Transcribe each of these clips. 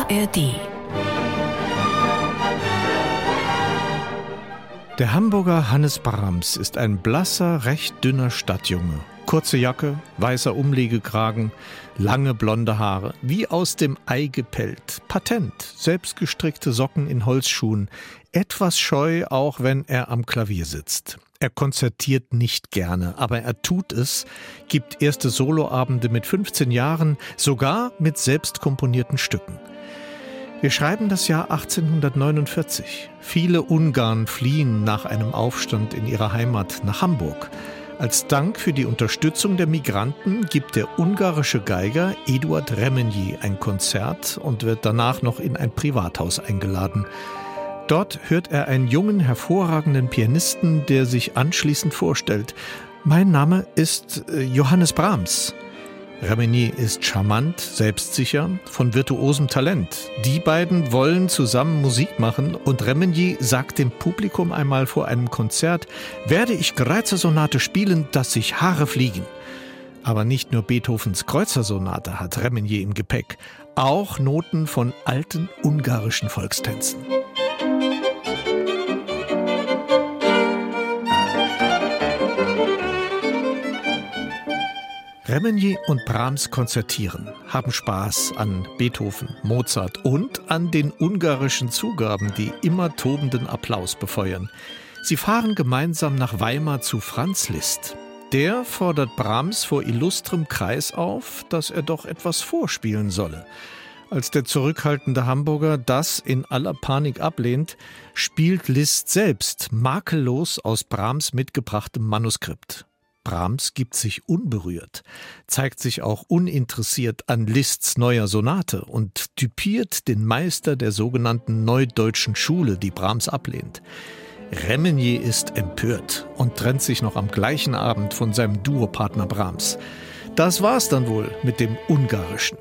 ARD. Der Hamburger Hannes Brahms ist ein blasser, recht dünner Stadtjunge. Kurze Jacke, weißer Umlegekragen, lange blonde Haare, wie aus dem Ei gepellt. Patent, selbstgestrickte Socken in Holzschuhen. Etwas scheu, auch wenn er am Klavier sitzt. Er konzertiert nicht gerne, aber er tut es, gibt erste Soloabende mit 15 Jahren, sogar mit selbst komponierten Stücken. Wir schreiben das Jahr 1849. Viele Ungarn fliehen nach einem Aufstand in ihrer Heimat nach Hamburg. Als Dank für die Unterstützung der Migranten gibt der ungarische Geiger Eduard Remenyi ein Konzert und wird danach noch in ein Privathaus eingeladen. Dort hört er einen jungen, hervorragenden Pianisten, der sich anschließend vorstellt: Mein Name ist Johannes Brahms. Remenyi ist charmant, selbstsicher, von virtuosem Talent. Die beiden wollen zusammen Musik machen und Remenyi sagt dem Publikum einmal vor einem Konzert: Werde ich Kreutzersonate spielen, dass sich Haare fliegen. Aber nicht nur Beethovens Kreutzersonate hat Remenyi im Gepäck, auch Noten von alten ungarischen Volkstänzen. Remenyi und Brahms konzertieren, haben Spaß an Beethoven, Mozart und an den ungarischen Zugaben, die immer tobenden Applaus befeuern. Sie fahren gemeinsam nach Weimar zu Franz Liszt. Der fordert Brahms vor illustrem Kreis auf, dass er doch etwas vorspielen solle. Als der zurückhaltende Hamburger das in aller Panik ablehnt, spielt Liszt selbst makellos aus Brahms mitgebrachtem Manuskript. Brahms gibt sich unberührt, zeigt sich auch uninteressiert an Liszts neuer Sonate und typiert den Meister der sogenannten Neudeutschen Schule, die Brahms ablehnt. Remenyi ist empört und trennt sich noch am gleichen Abend von seinem Duopartner Brahms. Das war's dann wohl mit dem Ungarischen.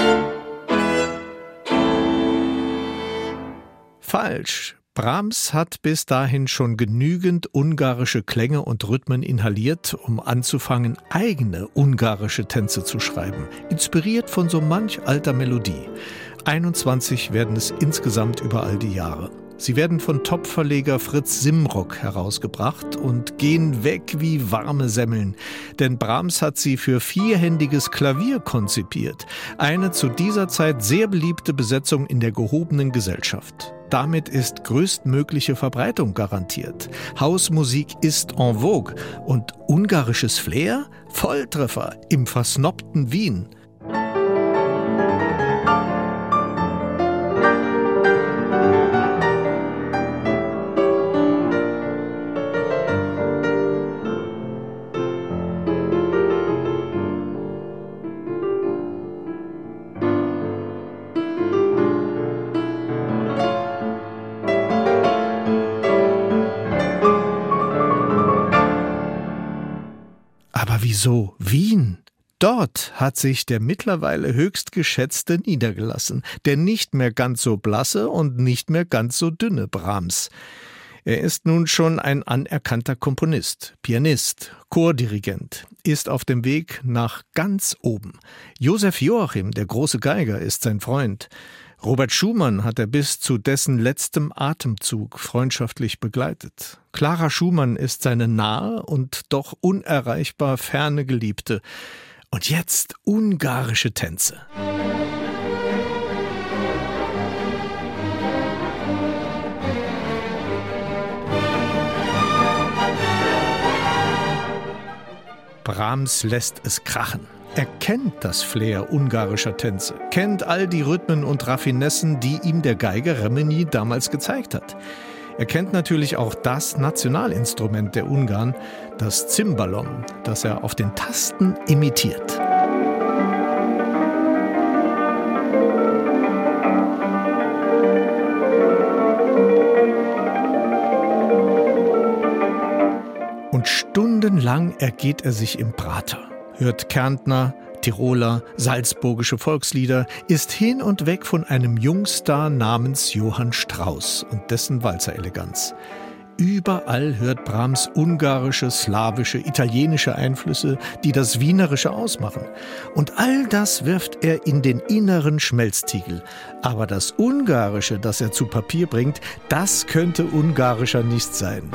Falsch. Brahms hat bis dahin schon genügend ungarische Klänge und Rhythmen inhaliert, um anzufangen, eigene ungarische Tänze zu schreiben, inspiriert von so manch alter Melodie. 21 werden es insgesamt über all die Jahre. Sie werden von Top-Verleger Fritz Simrock herausgebracht und gehen weg wie warme Semmeln. Denn Brahms hat sie für vierhändiges Klavier konzipiert. Eine zu dieser Zeit sehr beliebte Besetzung in der gehobenen Gesellschaft. Damit ist größtmögliche Verbreitung garantiert. Hausmusik ist en vogue und ungarisches Flair? Volltreffer im versnobten Wien. Aber wieso Wien? Dort hat sich der mittlerweile höchst geschätzte niedergelassen, der nicht mehr ganz so blasse und nicht mehr ganz so dünne Brahms. Er ist nun schon ein anerkannter Komponist, Pianist, Chordirigent, ist auf dem Weg nach ganz oben. Josef Joachim, der große Geiger, ist sein Freund. Robert Schumann hat er bis zu dessen letztem Atemzug freundschaftlich begleitet. Clara Schumann ist seine nahe und doch unerreichbar ferne Geliebte. Und jetzt ungarische Tänze. Brahms lässt es krachen. Er kennt das Flair ungarischer Tänze, kennt all die Rhythmen und Raffinessen, die ihm der Geiger Remenyi damals gezeigt hat. Er kennt natürlich auch das Nationalinstrument der Ungarn, das Cimbalom, das er auf den Tasten imitiert. Und stundenlang ergeht er sich im Prater. Hört Kärntner, Tiroler, salzburgische Volkslieder, ist hin und weg von einem Jungstar namens Johann Strauss und dessen Walzereleganz. Überall hört Brahms ungarische, slawische, italienische Einflüsse, die das Wienerische ausmachen. Und all das wirft er in den inneren Schmelztiegel. Aber das Ungarische, das er zu Papier bringt, das könnte ungarischer nicht sein.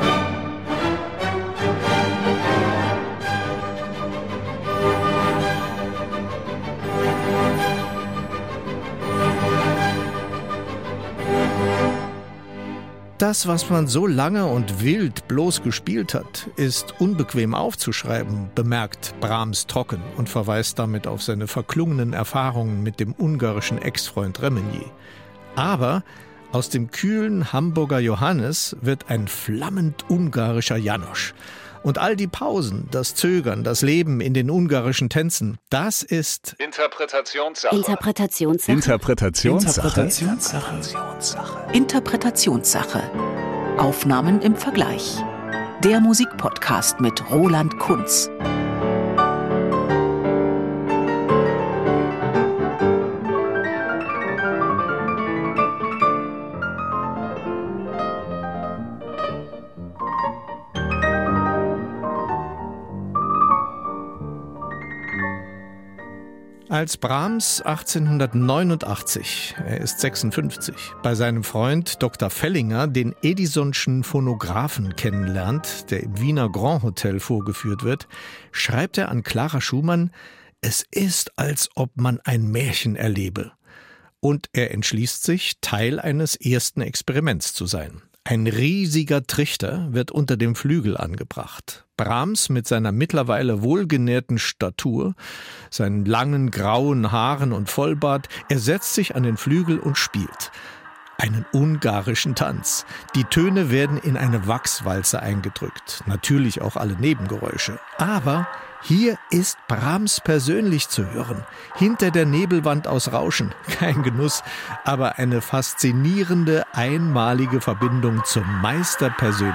Das, was man so lange und wild bloß gespielt hat, ist unbequem aufzuschreiben, bemerkt Brahms trocken und verweist damit auf seine verklungenen Erfahrungen mit dem ungarischen Ex-Freund Remenyi. Aber aus dem kühlen Hamburger Johannes wird ein flammend ungarischer Janosch. Und all die Pausen, das Zögern, das Leben in den ungarischen Tänzen, das ist Interpretationssache. Interpretationssache. Aufnahmen im Vergleich. Der Musikpodcast mit Roland Kunz. Als Brahms 1889, er ist 56, bei seinem Freund Dr. Fellinger den Edisonschen Phonographen kennenlernt, der im Wiener Grand Hotel vorgeführt wird, schreibt er an Clara Schumann: Es ist, als ob man ein Märchen erlebe. Und er entschließt sich, Teil eines ersten Experiments zu sein. Ein riesiger Trichter wird unter dem Flügel angebracht. Brahms mit seiner mittlerweile wohlgenährten Statur, seinen langen grauen Haaren und Vollbart, er setzt sich an den Flügel und spielt. Einen ungarischen Tanz. Die Töne werden in eine Wachswalze eingedrückt. Natürlich auch alle Nebengeräusche. Aber hier ist Brahms persönlich zu hören. Hinter der Nebelwand aus Rauschen. Kein Genuss, aber eine faszinierende, einmalige Verbindung zum Meister persönlich.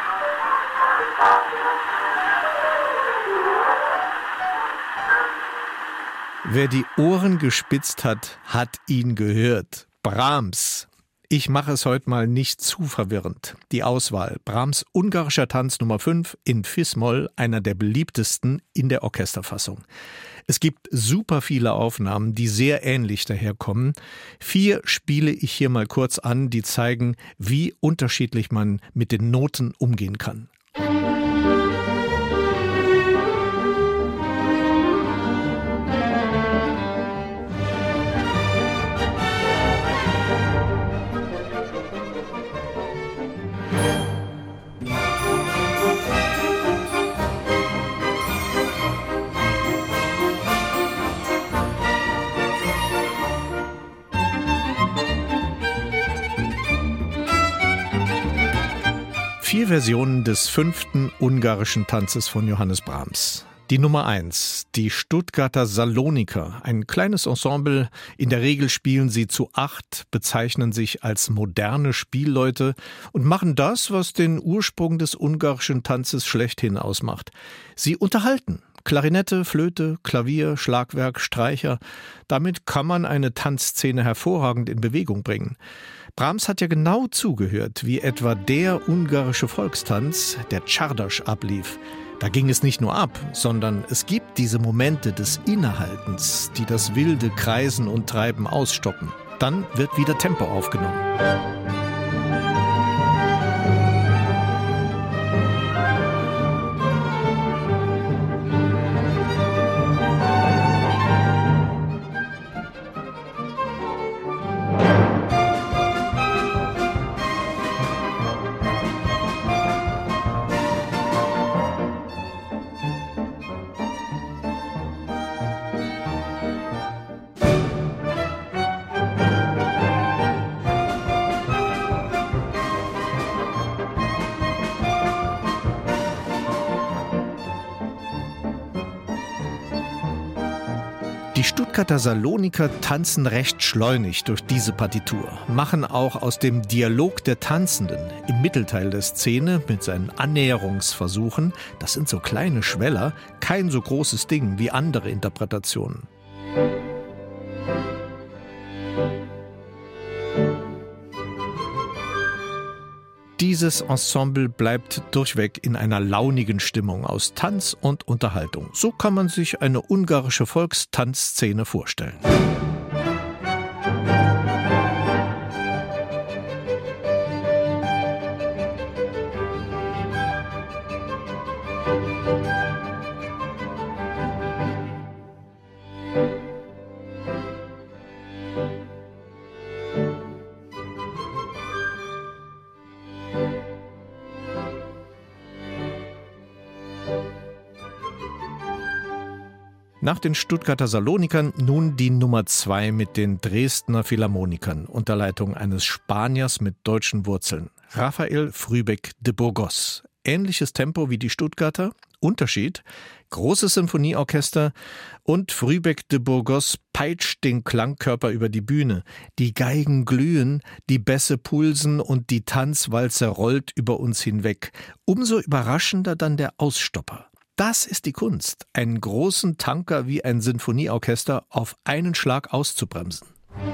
Wer die Ohren gespitzt hat, hat ihn gehört. Brahms. Ich mache es heute mal nicht zu verwirrend. Die Auswahl: Brahms ungarischer Tanz Nummer 5 in Fis-Moll, einer der beliebtesten in der Orchesterfassung. Es gibt super viele Aufnahmen, die sehr ähnlich daherkommen. 4 spiele ich hier mal kurz an, die zeigen, wie unterschiedlich man mit den Noten umgehen kann. Vier Versionen des 5. ungarischen Tanzes von Johannes Brahms. Die Nummer 1, die Stuttgarter Saloniker, ein kleines Ensemble. In der Regel spielen sie zu 8, bezeichnen sich als moderne Spielleute und machen das, was den Ursprung des ungarischen Tanzes schlechthin ausmacht. Sie unterhalten. Klarinette, Flöte, Klavier, Schlagwerk, Streicher. Damit kann man eine Tanzszene hervorragend in Bewegung bringen. Brahms hat ja genau zugehört, wie etwa der ungarische Volkstanz, der Czardas, ablief. Da ging es nicht nur ab, sondern es gibt diese Momente des Innehaltens, die das wilde Kreisen und Treiben ausstoppen. Dann wird wieder Tempo aufgenommen. Die Stuttgarter Saloniker tanzen recht schleunig durch diese Partitur, machen auch aus dem Dialog der Tanzenden im Mittelteil der Szene mit seinen Annäherungsversuchen, das sind so kleine Schweller, kein so großes Ding wie andere Interpretationen. dieses Ensemble bleibt durchweg in einer launigen Stimmung aus Tanz und Unterhaltung. So kann man sich eine ungarische Volkstanzszene vorstellen. Nach den Stuttgarter Salonikern nun die Nummer 2 mit den Dresdner Philharmonikern unter Leitung eines Spaniers mit deutschen Wurzeln, Raphael Frühbeck de Burgos. Ähnliches Tempo wie die Stuttgarter, Unterschied: großes Sinfonieorchester und Frühbeck de Burgos peitscht den Klangkörper über die Bühne. Die Geigen glühen, die Bässe pulsen und die Tanzwalze rollt über uns hinweg. Umso überraschender dann der Ausstopper. Das ist die Kunst, einen großen Tanker wie ein Sinfonieorchester auf einen Schlag auszubremsen.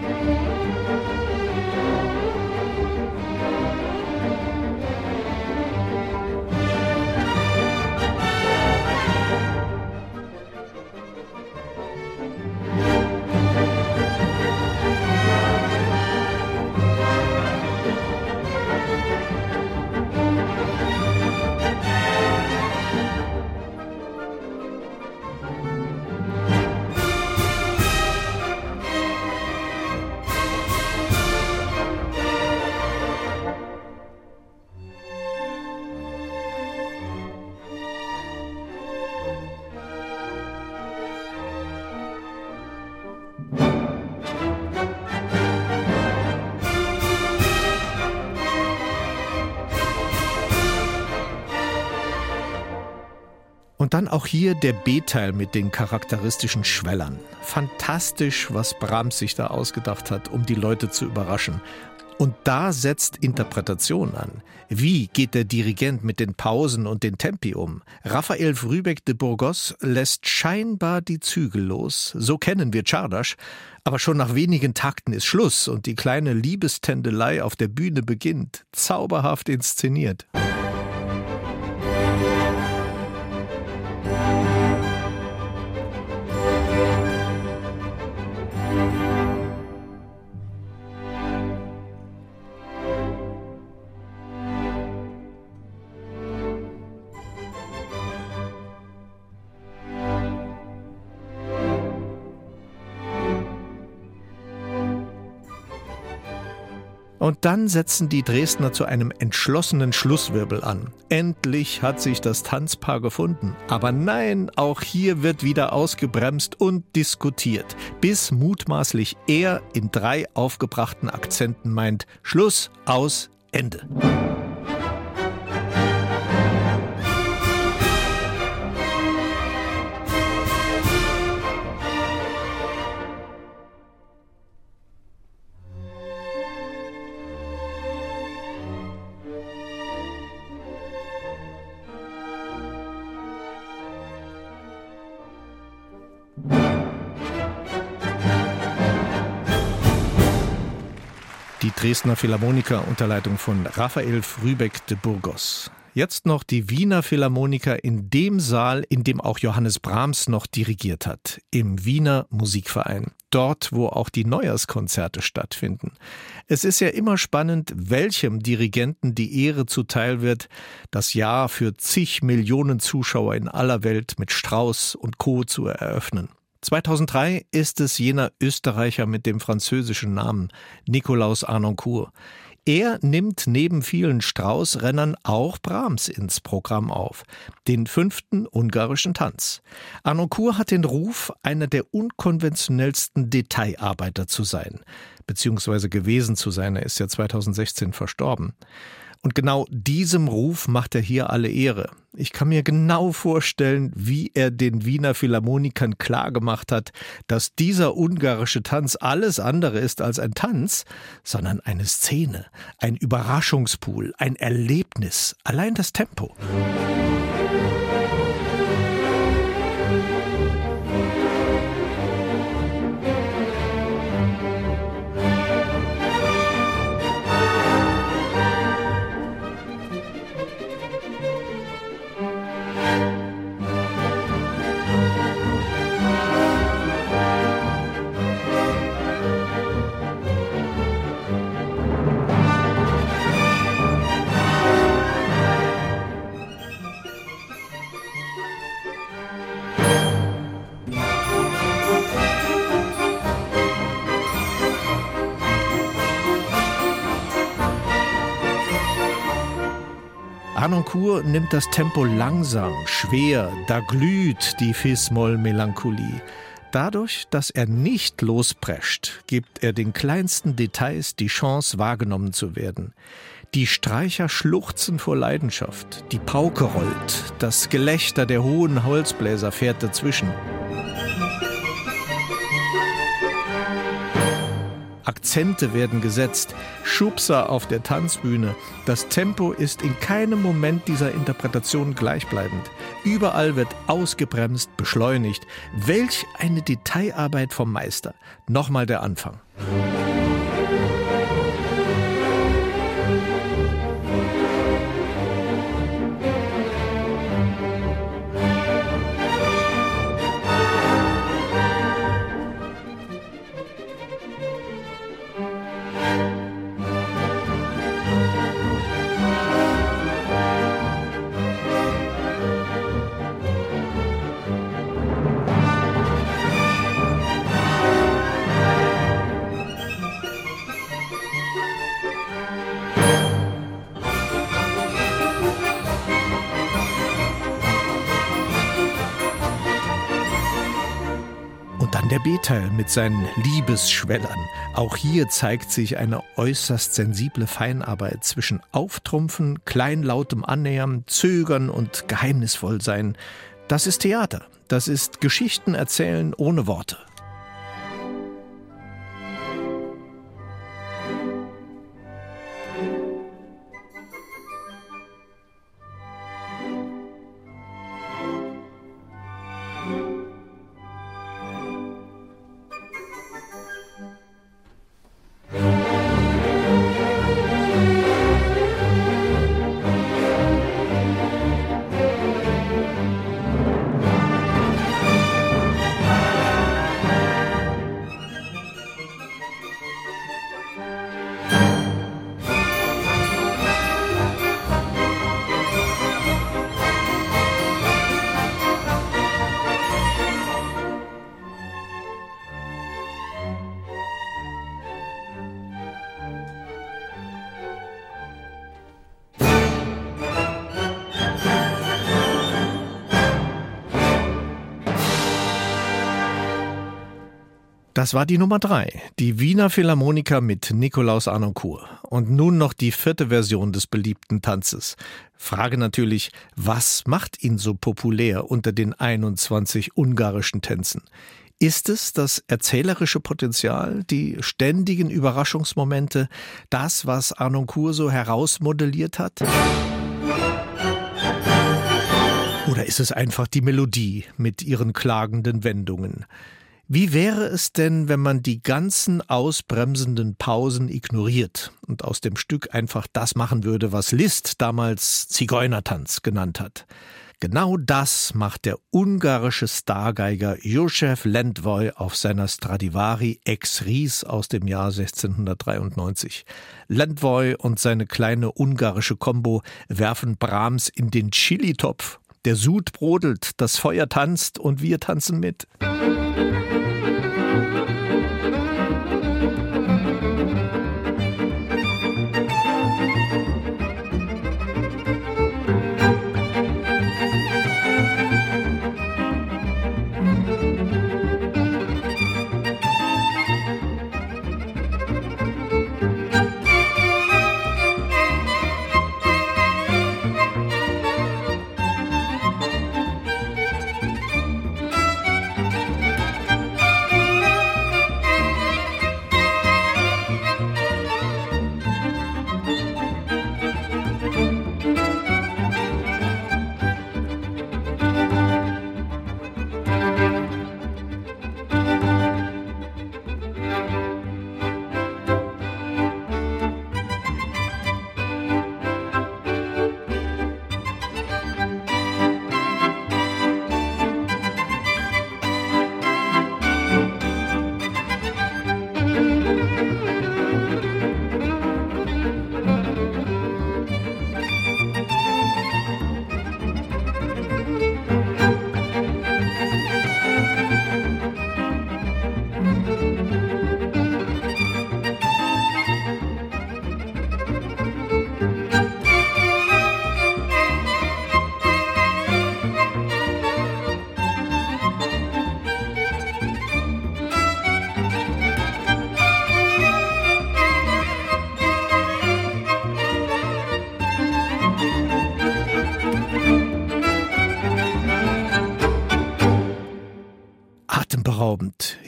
Und dann auch hier der B-Teil mit den charakteristischen Schwellern. Fantastisch, was Brahms sich da ausgedacht hat, um die Leute zu überraschen. Und da setzt Interpretation an. Wie geht der Dirigent mit den Pausen und den Tempi um? Raphael Frühbeck de Burgos lässt scheinbar die Zügel los. So kennen wir Czardas. Aber schon nach wenigen Takten ist Schluss und die kleine Liebeständelei auf der Bühne beginnt. Zauberhaft inszeniert. Und dann setzen die Dresdner zu einem entschlossenen Schlusswirbel an. Endlich hat sich das Tanzpaar gefunden. Aber nein, auch hier wird wieder ausgebremst und diskutiert, bis mutmaßlich er in 3 aufgebrachten Akzenten meint: Schluss, aus, Ende. Die Dresdner Philharmoniker unter Leitung von Raphael Frühbeck de Burgos. Jetzt noch die Wiener Philharmoniker in dem Saal, in dem auch Johannes Brahms noch dirigiert hat, im Wiener Musikverein. Dort, wo auch die Neujahrskonzerte stattfinden. Es ist ja immer spannend, welchem Dirigenten die Ehre zuteil wird, das Jahr für zig Millionen Zuschauer in aller Welt mit Strauss und Co. zu eröffnen. 2003 ist es jener Österreicher mit dem französischen Namen, Nikolaus Harnoncourt. Er nimmt neben vielen Strauß-Rennern auch Brahms ins Programm auf, den 5. ungarischen Tanz. Harnoncourt hat den Ruf, einer der unkonventionellsten Detailarbeiter zu sein, beziehungsweise gewesen zu sein. Er ist ja 2016 verstorben. Und genau diesem Ruf macht er hier alle Ehre. Ich kann mir genau vorstellen, wie er den Wiener Philharmonikern klargemacht hat, dass dieser ungarische Tanz alles andere ist als ein Tanz, sondern eine Szene, ein Überraschungspool, ein Erlebnis, allein das Tempo. Harnoncourt nimmt das Tempo langsam, schwer, da glüht die Fis-Moll-Melancholie. Dadurch, dass er nicht losprescht, gibt er den kleinsten Details die Chance, wahrgenommen zu werden. Die Streicher schluchzen vor Leidenschaft, die Pauke rollt, das Gelächter der hohen Holzbläser fährt dazwischen. Akzente werden gesetzt, Schubser auf der Tanzbühne. Das Tempo ist in keinem Moment dieser Interpretation gleichbleibend. Überall wird ausgebremst, beschleunigt. Welch eine Detailarbeit vom Meister. Nochmal der Anfang. Der B-Teil mit seinen Liebesschwellern. Auch hier zeigt sich eine äußerst sensible Feinarbeit zwischen Auftrumpfen, kleinlautem Annähern, Zögern und geheimnisvoll sein. Das ist Theater. Das ist Geschichten erzählen ohne Worte. Das war die Nummer 3, die Wiener Philharmoniker mit Nikolaus Harnoncourt. Und nun noch die 4. Version des beliebten Tanzes. Frage natürlich, was macht ihn so populär unter den 21 ungarischen Tänzen? Ist es das erzählerische Potenzial, die ständigen Überraschungsmomente, das, was Harnoncourt so herausmodelliert hat? Oder ist es einfach die Melodie mit ihren klagenden Wendungen? Wie wäre es denn, wenn man die ganzen ausbremsenden Pausen ignoriert und aus dem Stück einfach das machen würde, was Liszt damals Zigeunertanz genannt hat? Genau das macht der ungarische Stargeiger József Lendvai auf seiner Stradivari Ex Ries aus dem Jahr 1693. Lendvai und seine kleine ungarische Kombo werfen Brahms in den Chili-Topf. Der Sud brodelt, das Feuer tanzt und wir tanzen mit.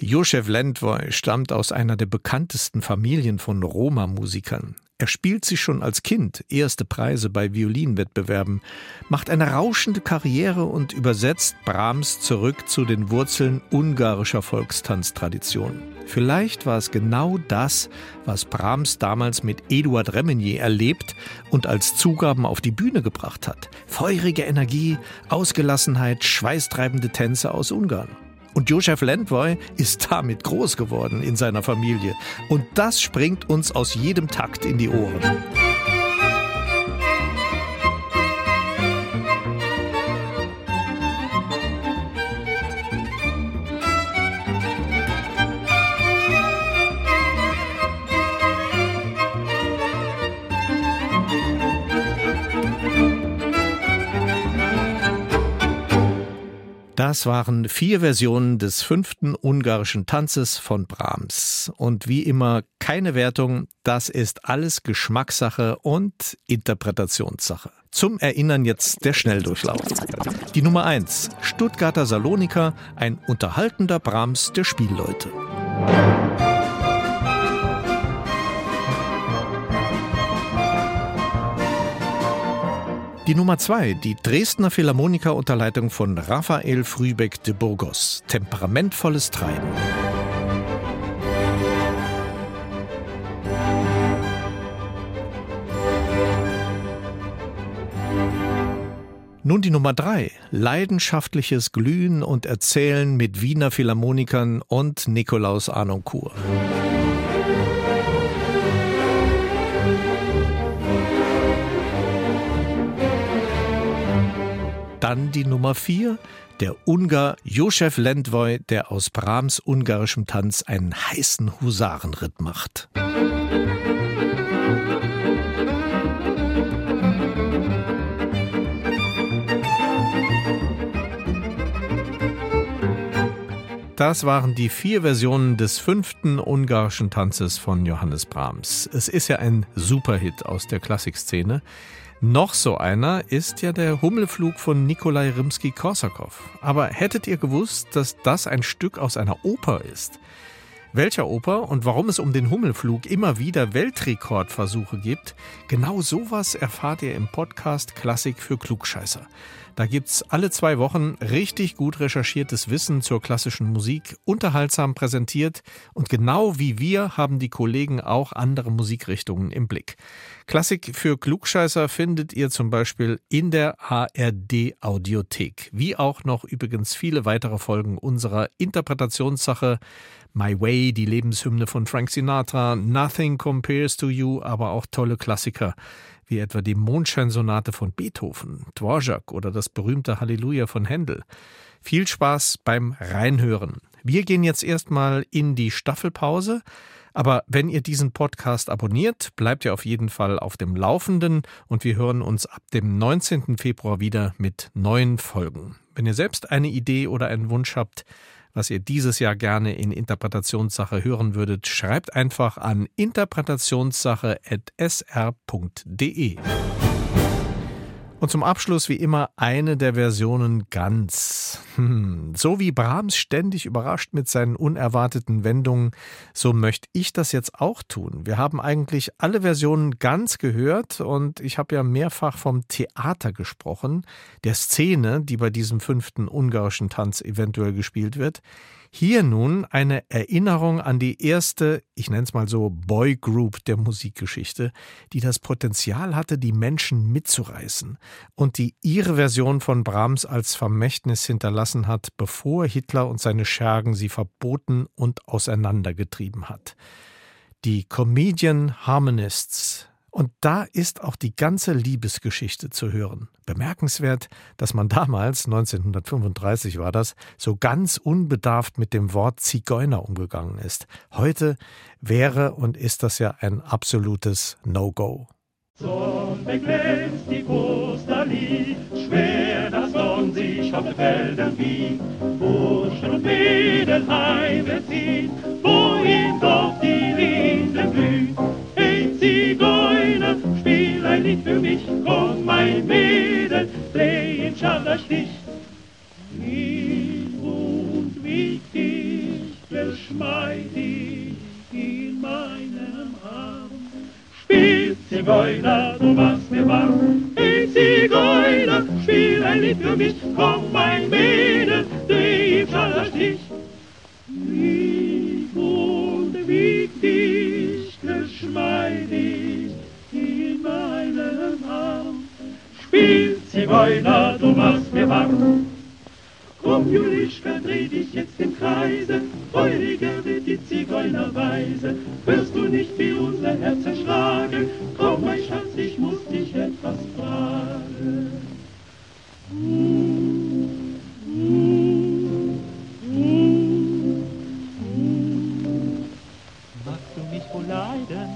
Józef Lendwoj stammt aus einer der bekanntesten Familien von Roma-Musikern. Er spielt sich schon als Kind erste Preise bei Violinwettbewerben, macht eine rauschende Karriere und übersetzt Brahms zurück zu den Wurzeln ungarischer Volkstanztradition. Vielleicht war es genau das, was Brahms damals mit Eduard Remenier erlebt und als Zugaben auf die Bühne gebracht hat. Feurige Energie, Ausgelassenheit, schweißtreibende Tänze aus Ungarn. Und Józef Lendwoj ist damit groß geworden in seiner Familie. Und das springt uns aus jedem Takt in die Ohren. Das waren 4 Versionen des 5. ungarischen Tanzes von Brahms. Und wie immer keine Wertung, das ist alles Geschmackssache und Interpretationssache. Zum Erinnern jetzt der Schnelldurchlauf. Die Nummer 1, Stuttgarter Salonika, ein unterhaltender Brahms der Spielleute. Die Nummer 2, die Dresdner Philharmoniker unter Leitung von Raphael Frühbeck de Burgos, temperamentvolles Treiben. Nun die Nummer 3, leidenschaftliches Glühen und Erzählen mit Wiener Philharmonikern und Nikolaus Arnoncourt. Dann die Nummer 4, der Ungar Józef Lendwoj, der aus Brahms ungarischem Tanz einen heißen Husarenritt macht. Das waren die 4 Versionen des 5. ungarischen Tanzes von Johannes Brahms. Es ist ja ein Superhit aus der Klassikszene. Noch so einer ist ja der Hummelflug von Nikolai Rimski-Korsakow. Aber hättet ihr gewusst, dass das ein Stück aus einer Oper ist? Welcher Oper und warum es um den Hummelflug immer wieder Weltrekordversuche gibt, genau sowas erfahrt ihr im Podcast Klassik für Klugscheißer. Da gibt's alle 2 Wochen richtig gut recherchiertes Wissen zur klassischen Musik, unterhaltsam präsentiert und genau wie wir haben die Kollegen auch andere Musikrichtungen im Blick. Klassik für Klugscheißer findet ihr zum Beispiel in der ARD-Audiothek, wie auch noch übrigens viele weitere Folgen unserer Interpretationssache My Way, die Lebenshymne von Frank Sinatra, Nothing Compares to You, aber auch tolle Klassiker, wie etwa die Mondscheinsonate von Beethoven, Dvorak oder das berühmte Halleluja von Händel. Viel Spaß beim Reinhören. Wir gehen jetzt erstmal in die Staffelpause, aber wenn ihr diesen Podcast abonniert, bleibt ihr auf jeden Fall auf dem Laufenden und wir hören uns ab dem 19. Februar wieder mit neuen Folgen. Wenn ihr selbst eine Idee oder einen Wunsch habt, was ihr dieses Jahr gerne in Interpretationssache hören würdet, schreibt einfach an interpretationssache@sr.de. Und zum Abschluss wie immer eine der Versionen ganz. So wie Brahms ständig überrascht mit seinen unerwarteten Wendungen, so möchte ich das jetzt auch tun. Wir haben eigentlich alle Versionen ganz gehört und ich habe ja mehrfach vom Theater gesprochen, der Szene, die bei diesem 5. ungarischen Tanz eventuell gespielt wird. Hier nun eine Erinnerung an die erste, ich nenne es mal so, Boygroup der Musikgeschichte, die das Potenzial hatte, die Menschen mitzureißen und die ihre Version von Brahms als Vermächtnis hinterlassen hat, bevor Hitler und seine Schergen sie verboten und auseinandergetrieben hat. Die Comedian Harmonists. Und da ist auch die ganze Liebesgeschichte zu hören. Bemerkenswert, dass man damals, 1935 war das, so ganz unbedarft mit dem Wort Zigeuner umgegangen ist. Heute wäre und ist das ja ein absolutes No-Go. Sonne glänzt, die Poster liegt, schwer das Dorn sich auf den Feldern wiegt. Burschen und Mädel heimwärts ziehen, wohin doch die Linden blühen. Hey Zigeuner, spiel ein Lied für mich, komm mein Mädel, dreh in Schallerstich. Lieb und wichtig, dich in meinem Arm. Spiel, Zigeuner, du machst mir warm. Hey, Zigeuner, spiel ein Lied für mich. Komm, mein Mädel, dreh im Schallerstich. Lieb und wieg dich geschmeidig in meinem Arm. Spiel, Zigeuner, du machst mir warm. Komm, Julischka, dreh dich jetzt im Kreise, feuriger wird die Zigeunerweise. Hörst du nicht, wie unser Herzen schlagen? Komm, mein Schatz, ich muss dich etwas fragen. Magst du mich wohl leiden?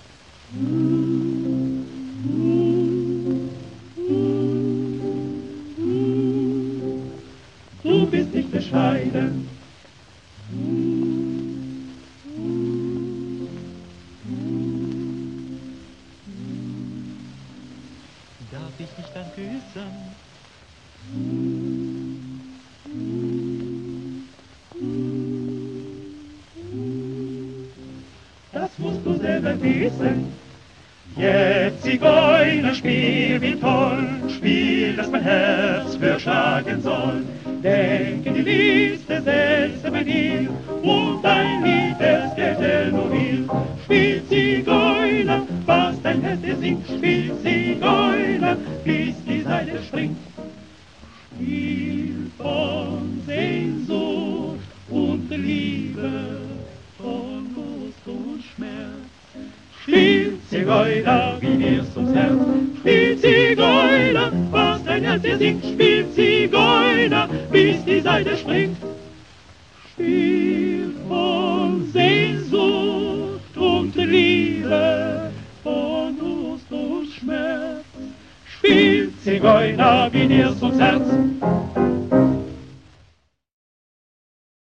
Du bist nicht bescheiden. Darf ich dich dann küssen? Das musst du selber wissen. Jetzt, Zigeuner, spiel wie toll, spiel, dass mein Herz verschlagen soll. Denk in die Liste, setze bei dir, und dein Lied, es gelte nur mir. Spiel, Zigeuner, was dein Herz dir singt, spiel, Zigeuner, bis die Seite springt. Spiel von Sehnsucht und Liebe, von Lust und Schmerz. Spiel, Zigeuner, wie dir's ums Herz. Spiel, Zigeuner, was dein Herz dir singt. Spiel, Zigeuner, bis die Seite springt. Spiel von Sehnsucht und Liebe, von Lust und Schmerz. Spiel, Zigeuner, wie dir's ums Herz.